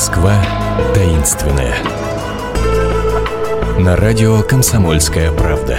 Москва таинственная. На радио «Комсомольская правда».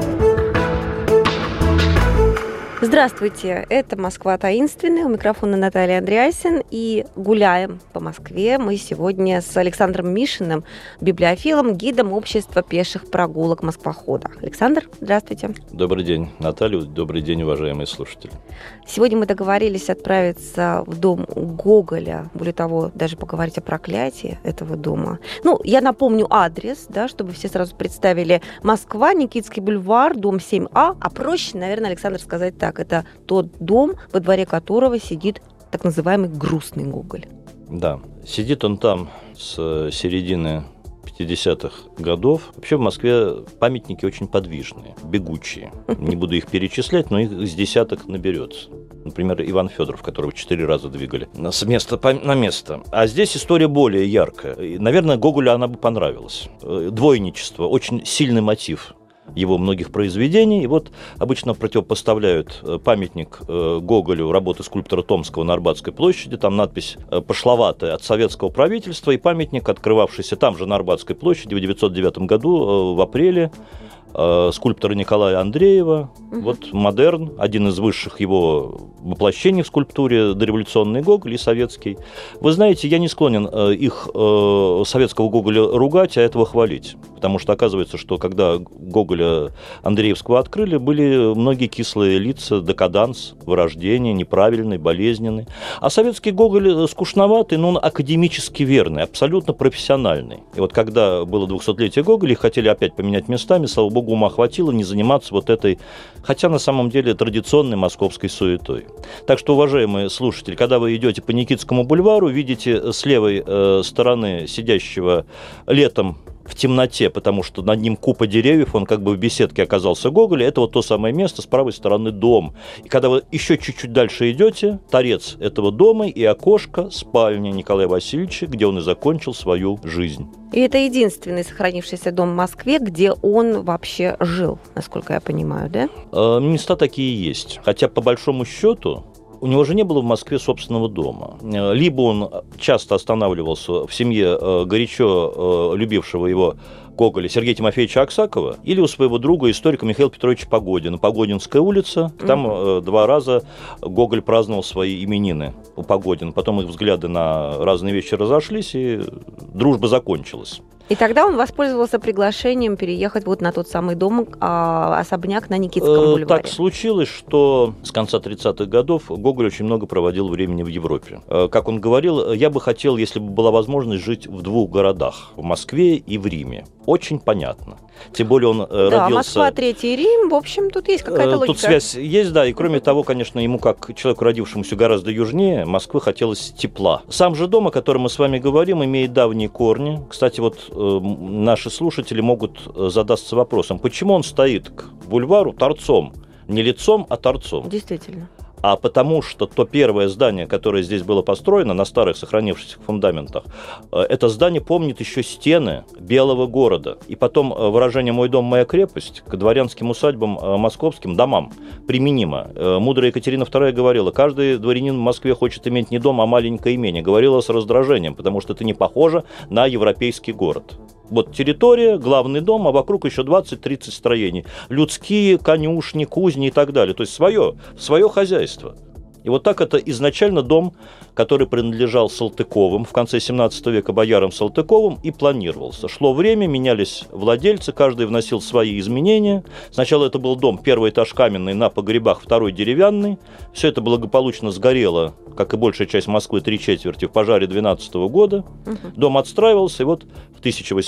Здравствуйте, это «Москва таинственная», у микрофона Наталья Андреасин, и гуляем по Москве мы сегодня с Александром Мишиным, библиофилом, гидом общества пеших прогулок Москвохода. Александр, здравствуйте. Добрый день, Наталья, добрый день, уважаемые слушатели. Сегодня мы договорились отправиться в дом Гоголя, более того, даже поговорить о проклятии этого дома. Я напомню адрес, да, чтобы все сразу представили. Москва, Никитский бульвар, дом 7А, а проще, наверное, Александр, сказать так. Это тот дом, во дворе которого сидит так называемый грустный Гоголь. Да, сидит он там с середины 50-х годов. Вообще в Москве памятники очень подвижные, бегучие. Не буду их перечислять, но их с десяток наберется. Например, Иван Федоров, которого 4 раза двигали с места на место. А здесь история более яркая. И, наверное, Гоголю она бы понравилась. Двойничество, очень сильный мотив его многих произведений. И вот обычно противопоставляют памятник Гоголю работы скульптора Томского на Арбатской площади. Там надпись пошловатая от советского правительства, и памятник, открывавшийся там же на Арбатской площади в 1909 году, в апреле, скульптора Николая Андреева. Вот модерн, один из высших его воплощений в скульптуре, дореволюционный Гоголь и советский. Вы знаете, я не склонен их, советского Гоголя, ругать, а этого хвалить. Потому что оказывается, что когда Гоголя Андреевского открыли, были многие кислые лица, декаданс, вырождение, неправильный, болезненный. А советский Гоголь скучноватый, но он академически верный, абсолютно профессиональный. И вот когда было 200-летие Гоголя, их хотели опять поменять местами, слава богу, ума хватило не заниматься вот этой, хотя на самом деле традиционной московской суетой. Так что, уважаемые слушатели, когда вы идете по Никитскому бульвару, видите с левой стороны сидящего летом в темноте, потому что над ним купа деревьев, он как бы в беседке оказался Гоголя, это вот то самое место, с правой стороны дом. И когда вы еще чуть-чуть дальше идете, торец этого дома и окошко спальни Николая Васильевича, где он и закончил свою жизнь. И это единственный сохранившийся дом в Москве, где он вообще жил, насколько я понимаю, да? Места такие есть. Хотя, по большому счету, у него же не было в Москве собственного дома. Либо он часто останавливался в семье горячо любившего его Гоголя Сергея Тимофеевича Аксакова, или у своего друга, историка Михаила Петровича Погодина. Погодинская улица. Там 2 раза Гоголь праздновал свои именины у Погодина. Потом их взгляды на разные вещи разошлись, и дружба закончилась. И тогда он воспользовался приглашением переехать вот на тот самый дом, особняк на Никитском бульваре. Так случилось, что с конца 30-х годов Гоголь очень много проводил времени в Европе. Как он говорил, я бы хотел, если бы была возможность, жить в 2 городах, в Москве и вРиме. Очень понятно. Тем более он родился... Да, Москва, Третий Рим, в общем, тут есть какая-то логика. Тут связь есть, да, и кроме того, конечно, ему, как человеку, родившемуся гораздо южнее, Москвы хотелось тепла. Сам же дом, о котором мы с вами говорим, имеет давние корни. Кстати, вот наши слушатели могут задаться вопросом, почему он стоит к бульвару торцом? Не лицом, а торцом. Действительно. А потому что то первое здание, которое здесь было построено на старых сохранившихся фундаментах, это здание помнит еще стены Белого города. И потом выражение «мой дом, моя крепость» к дворянским усадьбам московским домам применимо. Мудрая Екатерина II говорила, каждый дворянин в Москве хочет иметь не дом, а маленькое имение. Говорила с раздражением, потому что это не похоже на европейский город. Вот территория, главный дом, а вокруг еще 20-30 строений. Людские, конюшни, кузни и так далее. То есть свое хозяйство. И вот так это изначально дом, который принадлежал Салтыковым, в конце 17 века боярам Салтыковым, и планировался. Шло время, менялись владельцы, каждый вносил свои изменения. Сначала это был дом, первый этаж каменный, на погребах, второй деревянный. Все это благополучно сгорело, как и большая часть Москвы, 3/4 в пожаре 12 года. Дом отстраивался, и вот в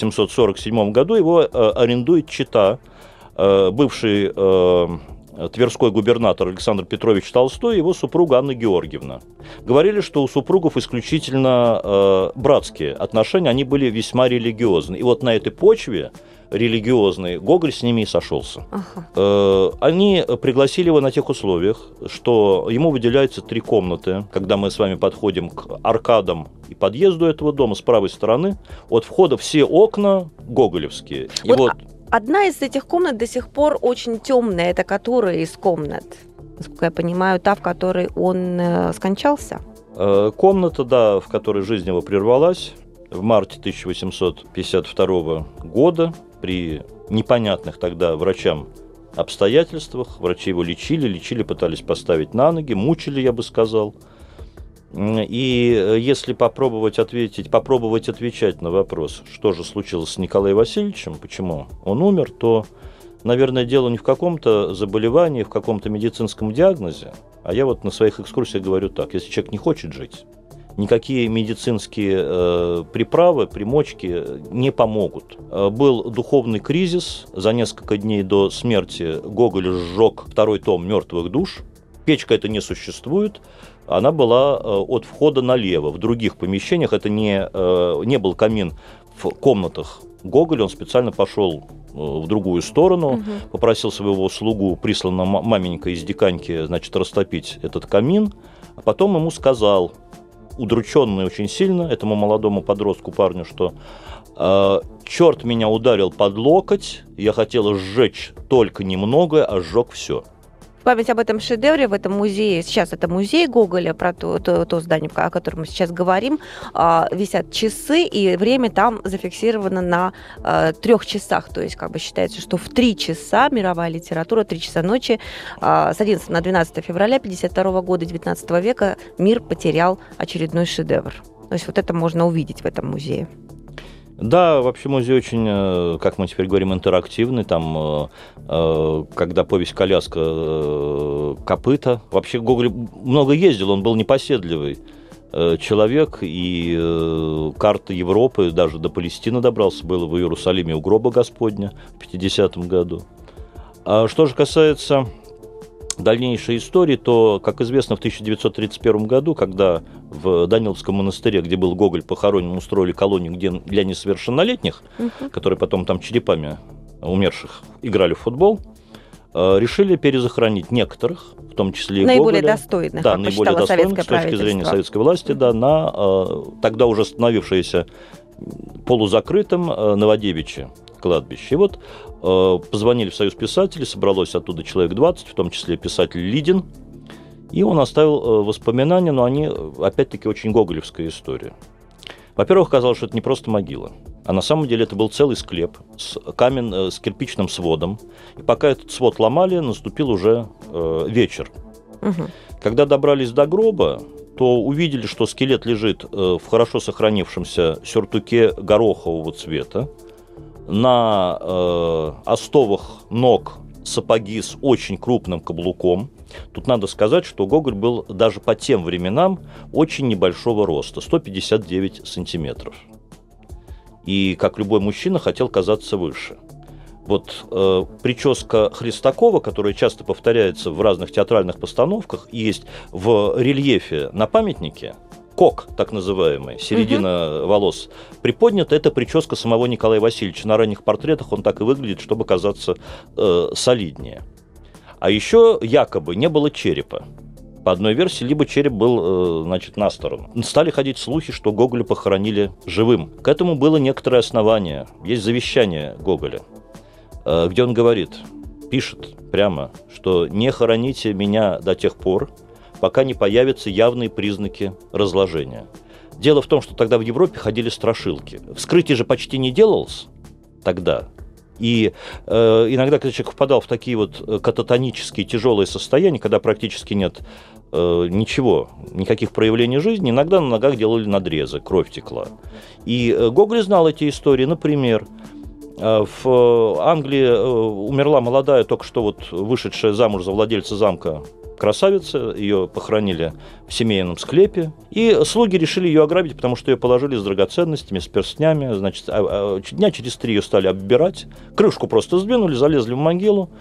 1847 году его арендует чета, бывший тверской губернатор Александр Петрович Толстой и его супруга Анна Георгиевна. Говорили, что у супругов исключительно братские отношения, они были весьма религиозны. И вот на этой почве религиозной Гоголь с ними и сошелся. Они пригласили его на тех условиях, что ему выделяется 3 комнаты. Когда мы с вами подходим к аркадам и подъезду этого дома, с правой стороны, от входа все окна гоголевские. И вот одна из этих комнат до сих пор очень темная. Это которая из комнат? Насколько я понимаю, та, в которой он скончался? Комната, да, в которой жизнь его прервалась в марте 1852 года при непонятных тогда врачам обстоятельствах. Врачи его лечили, пытались поставить на ноги, мучили, я бы сказал. И если попробовать отвечать на вопрос, что же случилось с Николаем Васильевичем, почему он умер, то, наверное, дело не в каком-то заболевании, в каком-то медицинском диагнозе, а я вот на своих экскурсиях говорю так: если человек не хочет жить, никакие медицинские приправы, примочки не помогут. Был духовный кризис. За несколько дней до смерти Гоголь сжег 2-й том «Мертвых душ». Печка эта не существует. Она была от входа налево. В других помещениях это не был камин в комнатах Гоголя. Он специально пошел в другую сторону, попросил своего слугу, присланного маменькой из Диканьки, значит, растопить этот камин. А потом ему сказал, удрученный очень сильно, этому молодому подростку, парню, что «черт меня ударил под локоть, я хотел сжечь только немного, а сжег все». В память об этом шедевре в этом музее, сейчас это музей Гоголя, про то здание, о котором мы сейчас говорим, висят часы, и время там зафиксировано на 3 часах. То есть как бы считается, что в 3 часа мировая литература, 3 часа ночи, с 11 на 12 февраля 1952 года 19 века мир потерял очередной шедевр. То есть вот это можно увидеть в этом музее. Да, вообще музей очень, как мы теперь говорим, интерактивный. Там, когда повесть «Коляска», «Копыта». Вообще Гоголь много ездил, он был непоседливый человек. И карта Европы, даже до Палестины добрался, было в Иерусалиме у гроба Господня в 50-м году. А что же касается дальнейшей истории, то, как известно, в 1931 году, когда в Даниловском монастыре, где был Гоголь похоронен, устроили колонию для несовершеннолетних, которые потом там черепами умерших играли в футбол, решили перезахоронить некоторых, в том числе и наиболее Гоголя. Достойных, да, как наиболее достойных с точки зрения советской власти, да, на тогда уже становившееся полузакрытым Новодевичье кладбище. И вот позвонили в Союз писателей, собралось оттуда человек 20, в том числе писатель Лидин, и он оставил воспоминания, но они, опять-таки, очень гоголевская история. Во-первых, оказалось, что это не просто могила, а на самом деле это был целый склеп с кирпичным сводом, и пока этот свод ломали, наступил уже вечер. Когда добрались до гроба, то увидели, что скелет лежит в хорошо сохранившемся сюртуке горохового цвета, на остовах ног сапоги с очень крупным каблуком. Тут надо сказать, что Гоголь был даже по тем временам очень небольшого роста, 159 сантиметров. И, как любой мужчина, хотел казаться выше. Вот прическа Хлестакова, которая часто повторяется в разных театральных постановках, и есть в рельефе на памятнике, кок, так называемый, середина волос приподнята, это прическа самого Николая Васильевича. На ранних портретах он так и выглядит, чтобы казаться солиднее. А еще якобы не было черепа. По одной версии, либо череп был, значит, на сторону. Стали ходить слухи, что Гоголя похоронили живым. К этому было некоторое основание. Есть завещание Гоголя, где он говорит, пишет прямо, что не хороните меня до тех пор, пока не появятся явные признаки разложения. Дело в том, что тогда в Европе ходили страшилки. Вскрытие же почти не делалось тогда. И иногда, когда человек впадал в такие вот кататонические тяжелые состояния, когда практически нет ничего, никаких проявлений жизни, иногда на ногах делали надрезы, кровь текла. И Гоголь знал эти истории. Например, в Англии умерла молодая, только что вот вышедшая замуж за владельца замка красавица, ее похоронили в семейном склепе, и слуги решили ее ограбить, потому что ее положили с драгоценностями, с перстнями, значит, дня через 3 ее стали оббирать, крышку просто сдвинули, залезли в могилу,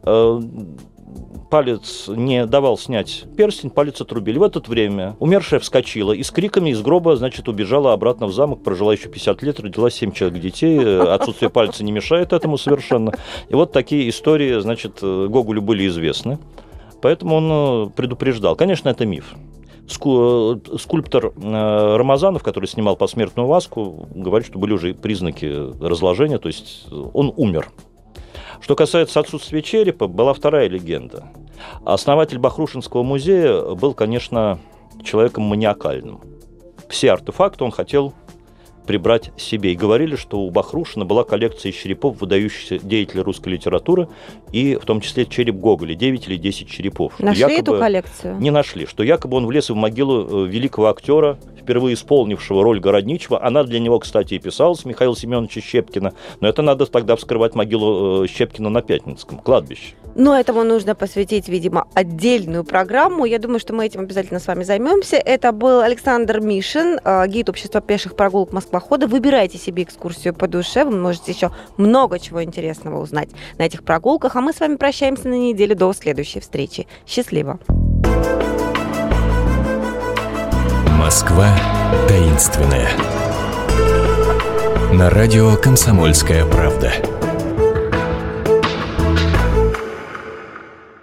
палец не давал снять перстень, палец отрубили. В это время умершая вскочила и с криками из гроба, значит, убежала обратно в замок, прожила еще 50 лет, родила 7 человек детей, отсутствие пальца не мешает этому совершенно. И вот такие истории, значит, Гоголю были известны. Поэтому он предупреждал. Конечно, это миф. Скульптор Рамазанов, который снимал «Посмертную ласку», говорит, что были уже признаки разложения, то есть он умер. Что касается отсутствия черепа, была вторая легенда. Основатель Бахрушинского музея был, конечно, человеком маниакальным. Все артефакты он хотел прибрать себе. И говорили, что у Бахрушина была коллекция черепов выдающихся деятелей русской литературы, и в том числе череп Гоголя, 9 или 10 черепов. Нашли эту коллекцию? Не нашли. Что якобы он влез в могилу великого актера, впервые исполнившего роль Городничего. Она для него, кстати, и писалась, Михаила Семеновича Щепкина. Но это надо тогда вскрывать могилу Щепкина на Пятницком кладбище. Но этому нужно посвятить, видимо, отдельную программу. Я думаю, что мы этим обязательно с вами займемся. Это был Александр Мишин, гид общества пеших прогулок Москвохода. Выбирайте себе экскурсию по душе. Вы можете еще много чего интересного узнать на этих прогулках. А мы с вами прощаемся на неделю до следующей встречи. Счастливо! Москва таинственная. На радио «Комсомольская правда».